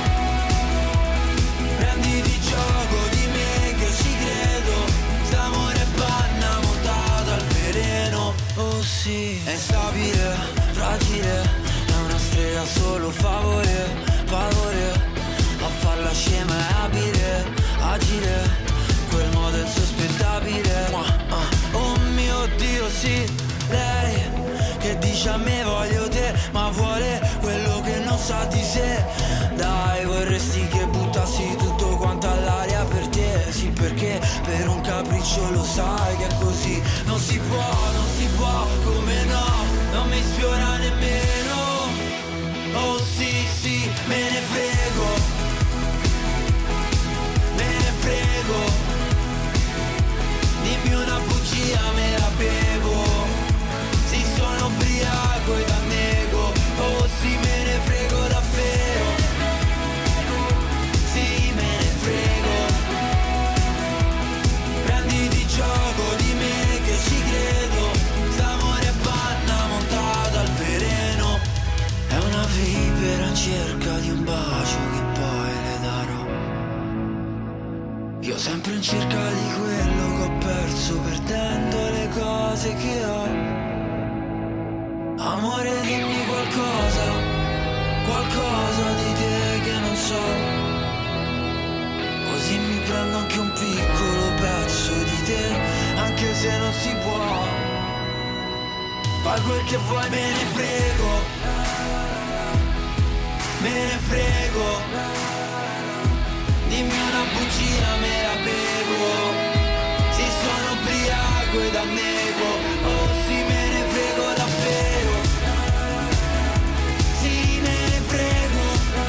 prenditi gioco di me che ci credo, st'amore è panna montata al veleno, oh sì. È instabile, fragile, è una strega solo favore, favore, a farla scema è abile, agile, quel modo è insospettabile. Oh mio Dio sì, lei che dice a me voglio te, ma vuole quello che non sa di sé. Dai, vorresti che buttassi tutto quanto all'aria per te, sì perché per un capriccio lo sai che è così, non si può, non si può, come no, non mi sfiora nemmeno. Oh sì sì, me ne frego, me ne frego, dimmi una bugia, me la bevo, sì sono ubriaco ed annego, oh sì me ne frego davvero, sì me ne frego, prenditi gioco di me che ci credo, st'amore è panna montata al veleno, è una vipera in cerca di un bacio che poi le darò, io sempre in cerca di quello che ho perso perdendo le cose che ho, amore dimmi qualcosa, qualcosa di te che non so, così mi prendo anche un piccolo pezzo di te, anche se non si può, fai quel che vuoi me ne frego, me ne frego. Dimmi una bucina, me la bevo. Sì, sono ubriaco ed annego. Oh sì, me ne frego davvero. Sì, me ne frego.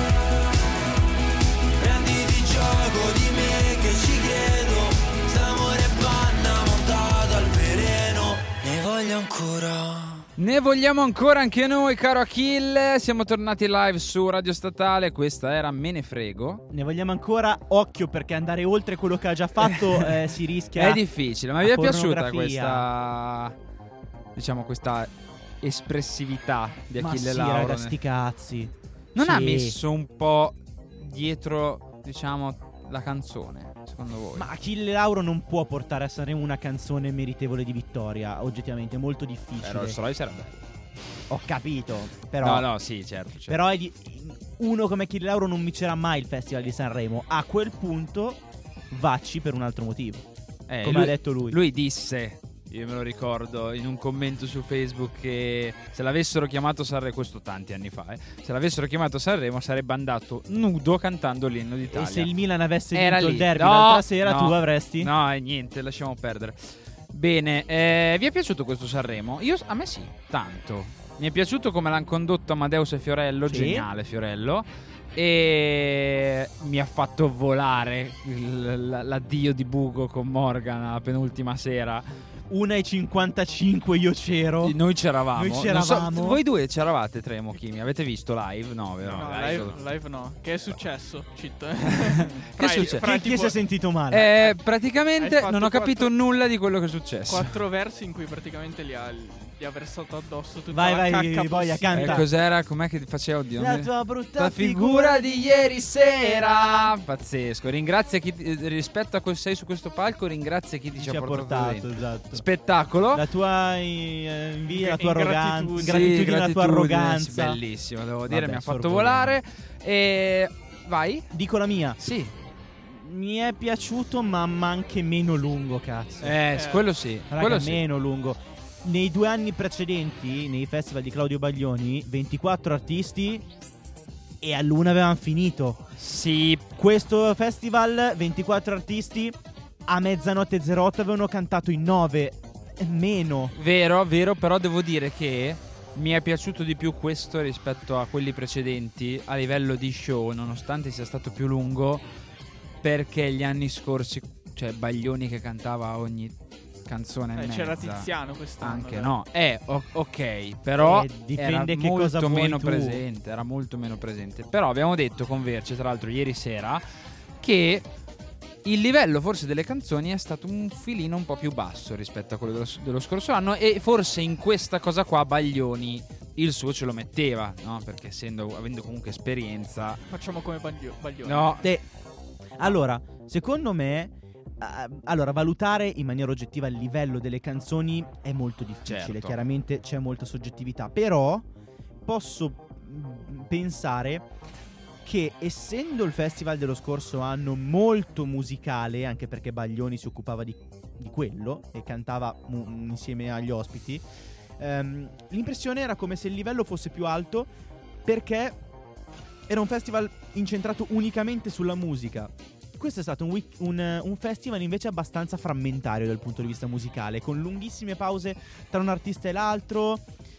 Prenditi gioco di me che ci credo. St'amore è panna montata al veleno. Ne voglio ancora. Ne vogliamo ancora anche noi, caro Achille. Siamo tornati live su Radio Statale. Questa era Me ne frego. Ne vogliamo ancora. Occhio, perché andare oltre quello che ha già fatto eh, si rischia. È difficile, ma vi è piaciuta questa, diciamo, questa espressività di Ma Achille sì, Lauro? raga, sti cazzi. Non Sì. ha messo un po' dietro, diciamo, la canzone, secondo voi? Ma Achille Lauro non può portare a Sanremo una canzone meritevole di vittoria. Oggettivamente è molto difficile. Però il Royce era bello. Ho capito. Però No, no, sì, certo, certo. Però è di- uno come Achille Lauro non vincerà mai il Festival di Sanremo. A quel punto vacci per un altro motivo. Eh, come lui- ha detto lui. Lui disse, io me lo ricordo, in un commento su Facebook, che se l'avessero chiamato Sanremo, questo tanti anni fa, eh, se l'avessero chiamato Sanremo sarebbe andato nudo cantando l'inno d'Italia. E se il Milan avesse Era vinto lì. il derby No, l'altra sera, no, tu avresti? No, e niente, lasciamo perdere. Bene, eh, vi è piaciuto questo Sanremo? Io, a me sì, tanto. Mi è piaciuto come l'hanno condotto Amadeus e Fiorello, Sì. geniale Fiorello. E mi ha fatto volare il- l- l'addio di Bugo con Morgan la penultima sera. una e cinquantacinque io c'ero. Noi c'eravamo. Noi Non c'eravamo. so, voi due c'eravate, Tremo, Kimi? Avete visto live? No, vero? No, Dai, live, solo- live no. Che è successo? Cheat. Che è successo? Chi, chi tipo si è sentito male? Eh, Hai praticamente fatto non ho capito quattro- nulla di quello che è successo. quattro versi in cui praticamente li ha, li ha versato addosso tutta Vai, la vai, cacca voglia, possibile. canta. Eh, cos'era? Com'è che faceva? Oddio, La non mi- tua brutta La figura di ieri sera. Pazzesco. Ringrazia chi eh, rispetto a cosa sei su questo palco, ringrazia chi ti ci ha portato, dentro. esatto. Spettacolo. La tua eh, invidia, la tua arroganza, Ingratitudine. Sì, ingratitudine, la tua gratitudine, arroganza. sì, bellissimo, devo dire, Vabbè, mi ha fatto sorvoliamo. volare. E vai? Dico la mia. Sì. Mi è piaciuto, ma ma anche meno lungo, cazzo. Eh, Eh. quello sì. Raga, quello sì. meno lungo. Nei due anni precedenti, nei festival di Claudio Baglioni, ventiquattro artisti e all'una avevano finito. Sì, Questo festival, ventiquattro artisti, a mezzanotte zero otto avevano cantato in nove. Meno. vero, vero, però devo dire che mi è piaciuto di più questo rispetto a quelli precedenti a livello di show, nonostante sia stato più lungo, perché gli anni scorsi, cioè Baglioni che cantava ogni canzone e Eh, mezza. c'era Tiziano quest'anno. Anche dai. no, eh, o- ok, però Eh, dipende era che molto cosa vuoi meno tu. presente, era molto meno presente. Però abbiamo detto con Verce, tra l'altro ieri sera, che il livello forse delle canzoni è stato un filino un po' più basso rispetto a quello dello, dello scorso anno, e forse in questa cosa qua Baglioni il suo ce lo metteva, no? Perché essendo, avendo comunque esperienza, Facciamo come Baglio- Baglioni. no, Te- Allora, secondo me, eh, allora, valutare in maniera oggettiva il livello delle canzoni è molto difficile. Certo. Chiaramente c'è molta soggettività. Però posso mm, pensare che, essendo il festival dello scorso anno molto musicale, anche perché Baglioni si occupava di, di quello e cantava mm, insieme agli ospiti, ehm, l'impressione era come se il livello fosse più alto, perché era un festival incentrato unicamente sulla musica. Questo è stato un, week- un, un festival invece abbastanza frammentario dal punto di vista musicale, con lunghissime pause tra un artista e l'altro,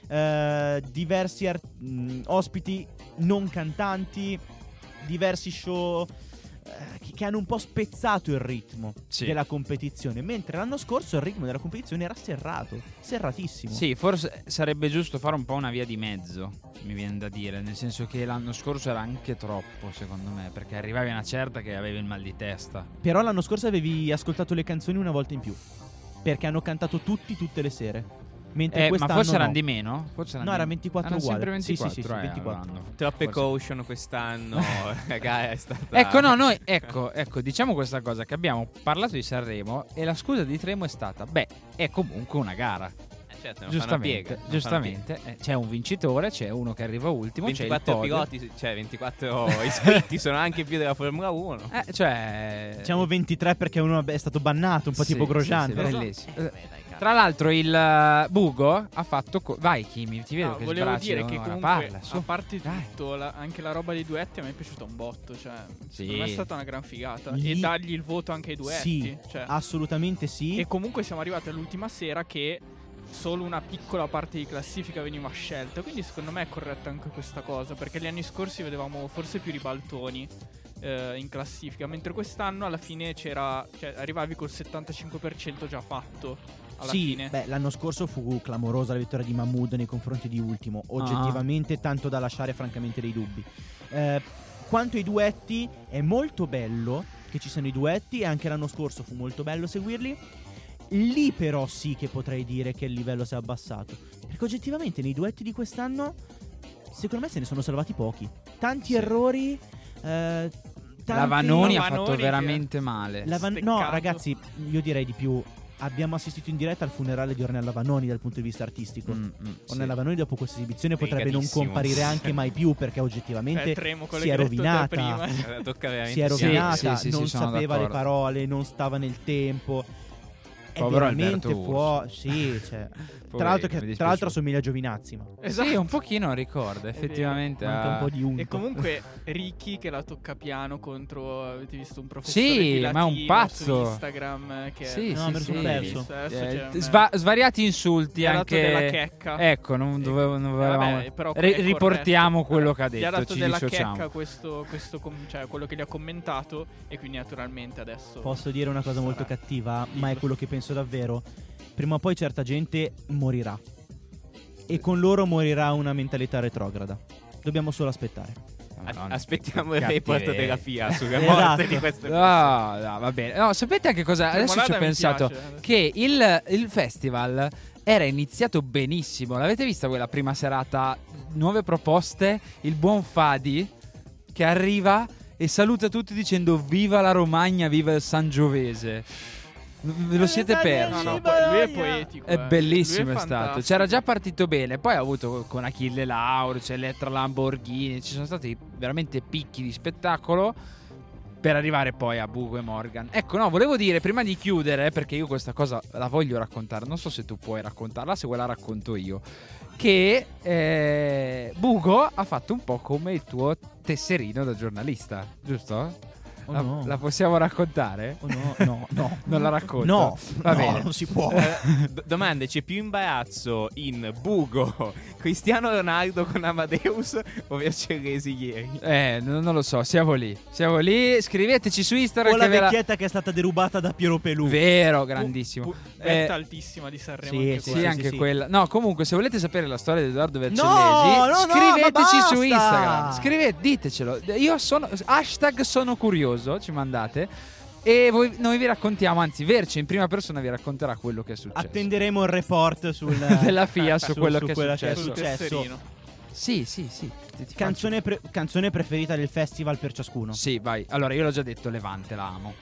eh, diversi ar- mh, ospiti non cantanti, diversi show eh, che, che hanno un po' spezzato il ritmo Sì. della competizione, mentre l'anno scorso il ritmo della competizione era serrato, serratissimo. sì, forse sarebbe giusto fare un po' una via di mezzo, mi viene da dire, nel senso che l'anno scorso era anche troppo, secondo me, perché arrivavi a una certa che avevi il mal di testa. Però l'anno scorso avevi ascoltato le canzoni una volta in più, perché hanno cantato tutti tutte le sere. Mentre Eh, ma quest'anno forse erano no. di meno? Forse erano No, di- era ventiquattro erano uguale. sempre Sì, sì, ventiquattro, sì, sì, eh, ventiquattro. allora hanno- Troppe forse- caution quest'anno. Raga, è stata. Ecco, no, noi, ecco, ecco, diciamo questa cosa, che abbiamo parlato di Sanremo e la scusa di Tremo è stata, beh, è comunque una gara. Eh, certo, non fanno Giustamente, piega, non fanno giustamente, eh, c'è un vincitore, c'è uno che arriva ultimo, ventiquattro c'è il podio. piloti, cioè ventiquattro iscritti, sono anche più della Formula uno. Eh, cioè, Diciamo ventitré perché uno è stato bannato, un po' Sì, tipo Grosjean. sì, sì, però- bellissimo. Eh, beh, dai, cazzo. Tra l'altro il uh, Bugo ha fatto co- vai Kimi, ti vedo No, che volevo sbracci dire che un'ora, comunque parla, su. a parte Dai. tutto la- anche la roba dei duetti a me è piaciuta un botto, cioè Sì. secondo me è stata una gran figata Gli- e dargli il voto anche ai duetti, Sì, cioè. assolutamente sì. E comunque siamo arrivati all'ultima sera che solo una piccola parte di classifica veniva scelta, quindi secondo me è corretta anche questa cosa, perché gli anni scorsi vedevamo forse più ribaltoni eh, in classifica, mentre quest'anno alla fine c'era, cioè arrivavi col settantacinque per cento già fatto alla sì, fine. beh, l'anno scorso fu clamorosa la vittoria di Mahmood nei confronti di Ultimo. Oggettivamente, tanto da lasciare francamente dei dubbi. Eh, quanto ai duetti, è molto bello che ci siano i duetti, e anche l'anno scorso fu molto bello seguirli. Lì però sì che potrei dire che il livello si è abbassato, perché oggettivamente nei duetti di quest'anno secondo me se ne sono salvati pochi. Tanti Sì. errori. Eh, tanti... La Vanoni ha Vanoni fatto che- veramente male. La Van- no, Steccato. ragazzi, io direi di più. Abbiamo assistito in diretta al funerale di Ornella Vanoni dal punto di vista artistico. Mm, mm, Ornella sì. Vanoni dopo questa esibizione potrebbe non Fregatissimo. comparire anche mai più, perché Cioè, oggettivamente tremo quello si è che hai detto te rovinata. prima. Eh, Tocca veramente. Si è Sì, rovinata, sì, sì, sì, non sono sapeva d'accordo. le parole, non stava nel tempo. È Povero veramente Alberto fuori. Sì, cioè. tra l'altro, che- mi è tra l'altro dispiaciuto. assomiglia a Giovinazzi. Ma Esatto. Sì, un pochino ricorda, effettivamente. manca un ha- po' di unto. E comunque Ricky che la tocca piano contro, avete visto un professore Sì, di ma è un latino pazzo. su Instagram eh, che Sì, No, sì, me lo sì. sono perso. Adesso Eh, c'è un- sva- svariati insulti gli ha dato anche della checca. Ecco, non dovevo, non Eh, volevamo- vabbè, però Ri- è corretto. riportiamo quello che ha Gli ha detto, dato ci della dissociamo. checca questo, questo com- cioè quello che gli ha commentato, e quindi naturalmente adesso Posso dire una cosa molto sarà. cattiva, ma è Dillo. quello che penso davvero. Prima o poi certa gente morirà. E con loro morirà una mentalità retrograda. Dobbiamo solo aspettare. Madonna, Aspettiamo che il report cattiveria. della F I A sulla Esatto. morte di queste persone. No, no, va bene. No, sapete anche cosa? Adesso ci ho Tremolada mi pensato piace. che il, il festival era iniziato benissimo. L'avete vista quella prima serata? Nuove proposte, il buon Fadi che arriva e saluta tutti dicendo viva la Romagna, viva il Sangiovese. Ve lo siete No, persi? no, poi lui è poetico. È eh. bellissimo, Lui è stato. fantastico. C'era già partito bene. Poi ha avuto con Achille Lauro, c'è Elettra Lamborghini. Ci sono stati veramente picchi di spettacolo per arrivare poi a Bugo e Morgan. Ecco, no, volevo dire prima di chiudere, perché io questa cosa la voglio raccontare. Non so se tu puoi raccontarla, se vuoi la racconto io. Che eh, Bugo ha fatto un po' come il tuo tesserino da giornalista, giusto? Oh la, no. la possiamo raccontare? Oh no, no, no. Non la racconto. No, Va no, bene. non si può. Eh, d- domande, c'è più imbarazzo in Bugo, Cristiano Ronaldo con Amadeus o Vercellesi ieri? Eh, non, non lo so, siamo lì. Siamo lì. Scriveteci su Instagram O la che ve la- vecchietta che è stata derubata da Piero Pelù. Vero, grandissimo. Pu- Eh, vetta altissima di Sanremo. sì, anche sì, Sì, quella. anche sì. quella. No, comunque, se volete sapere la storia di Edoardo Vercellesi, No, no, no, scriveteci ma su basta! Instagram. Scrivete, ditecelo. Io sono. Hashtag sono curioso. Ci mandate. E voi, noi vi raccontiamo. Anzi, Verce in prima persona vi racconterà quello che è successo. Attenderemo il report sul, Della F I A su, su- quello su che è quella che è successo. Sul successo. tesserino. Sì, sì, sì. Ti- ti Canzone, pre- canzone preferita del festival per ciascuno. faccio- Sì, vai. Allora, io l'ho già detto, Levante, la amo.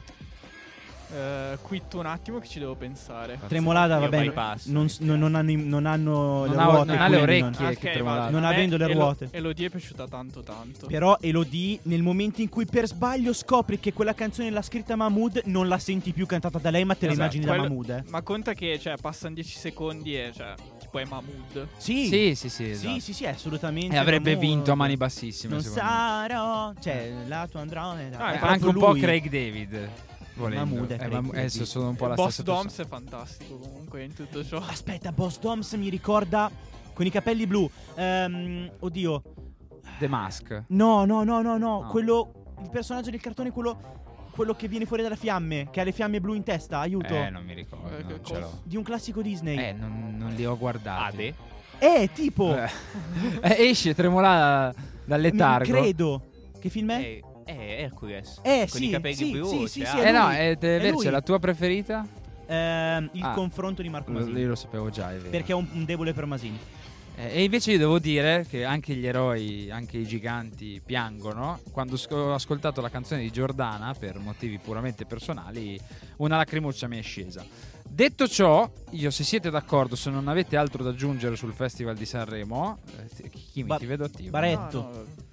Eh, quitto un attimo che ci devo pensare. Tremolada, Io vabbè, bypass, non, mi non, non hanno, i- non hanno Non le ha- ruote. non ha le quindi orecchie. non- che Ok, Tremolada. va. Non A me avendo le Elo- ruote. Elodie è piaciuta tanto tanto. Però Elodie, nel momento in cui per sbaglio scopri che quella canzone l'ha scritta Mahmood, non la senti più cantata da lei, ma te la Esatto, immagini da quello- Mahmood. Eh. Ma conta che cioè passano dieci secondi e cioè tipo è Mahmood. Sì, Sì, sì, sì. esatto. sì, sì, sì, assolutamente. E avrebbe Mahmood. vinto a mani bassissime. Non secondo me. sarò, cioè, la tua Andromeda. Ah, È Eh, proprio anche un po' lui. Craig David. Volendo. Mahmood è Eh, Craig ma- David. adesso sono un po' la Boss stessa Doms persona. è fantastico comunque in tutto ciò. Aspetta, Boss Doms mi ricorda con i capelli blu. Ehm, oddio. The Mask. No, no, no, no, no. No. Quello. Il personaggio del cartone, quello. Quello che viene fuori dalle fiamme. Che ha le fiamme blu in testa. Aiuto. Eh, non mi ricordo. Eh, non che ce l'ho. Di un classico Disney. Eh, non, non li ho guardati. Ade? Eh, tipo. Eh. Eh, esce, tremola dal letargo. Non credo. Che film è? Eh, eh, Hercules. Eh, con sì, i capelli sì, blu. sì, sì, cioè, sì, ah, è Eh no, lui, eh, te- è Verce, lui. la tua preferita? Ehm, il Ah. confronto di Marco Masini. Io lo sapevo già, è vero. Perché è un, un debole per Masini. Eh, e invece io devo dire che anche gli eroi, anche i giganti piangono. Quando sc- ho ascoltato la canzone di Giordana, per motivi puramente personali, una lacrimuccia mi è scesa. Detto ciò, io se siete d'accordo, se non avete altro da aggiungere sul Festival di Sanremo, eh, chi mi Ba- ti vedo attivo. Baretto. No, no,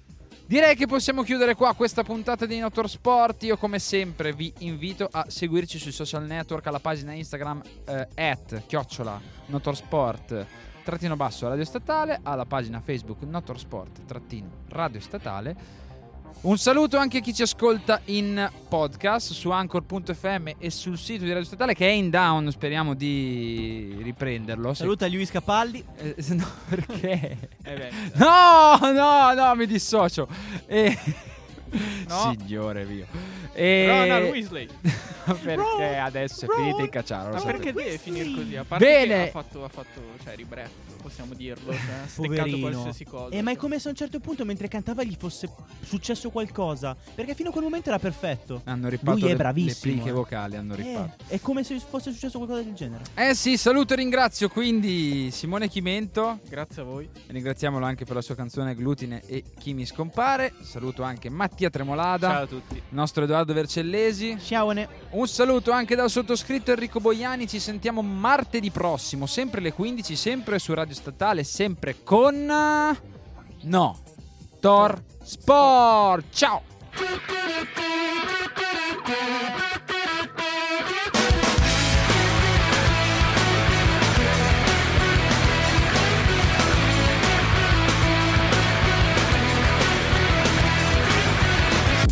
Direi che possiamo chiudere qua questa puntata di Notorsport. Io come sempre vi invito a seguirci sui social network, alla pagina Instagram eh, at chiocciola Notorsport trattino basso Radio Statale, alla pagina Facebook Notorsport trattino Radio Statale. Un saluto anche a chi ci ascolta in podcast su Anchor punto effe emme e sul sito di Radio Statale, che è in down, speriamo di riprenderlo. Saluta Luis Capaldi. Eh, no, perché? Eh beh, No, no, no, mi dissocio. E... No. Signore mio. E... Ronald Weasley. Perché adesso è finita in cacciaro. lo Ma sapete. perché deve finire così? A parte Bene. che ha fatto, ha fatto cioè, ribrezzo, possiamo dirlo. Cioè, ha steccato Poverino. qualsiasi cosa. Eh, ma è cioè. come se a un certo punto mentre cantava gli fosse successo qualcosa. Perché fino a quel momento era perfetto. Hanno rifatto Lui è le, bravissimo, le pliche eh. vocali, hanno Eh, rifatto. è come se fosse successo qualcosa del genere. Eh sì, saluto e ringrazio quindi Simone Chimento. Grazie a voi. Ringraziamolo anche per la sua canzone Glutine e Chi mi scompare. Saluto anche Mattia Tremolada. Ciao a tutti. Il nostro Edoardo Vercellesi. Ciaone. Un saluto anche dal sottoscritto Enrico Boiani. Ci sentiamo martedì prossimo, sempre alle quindici, sempre su Radio Statale, sempre con... No, Tor Sport. Ciao!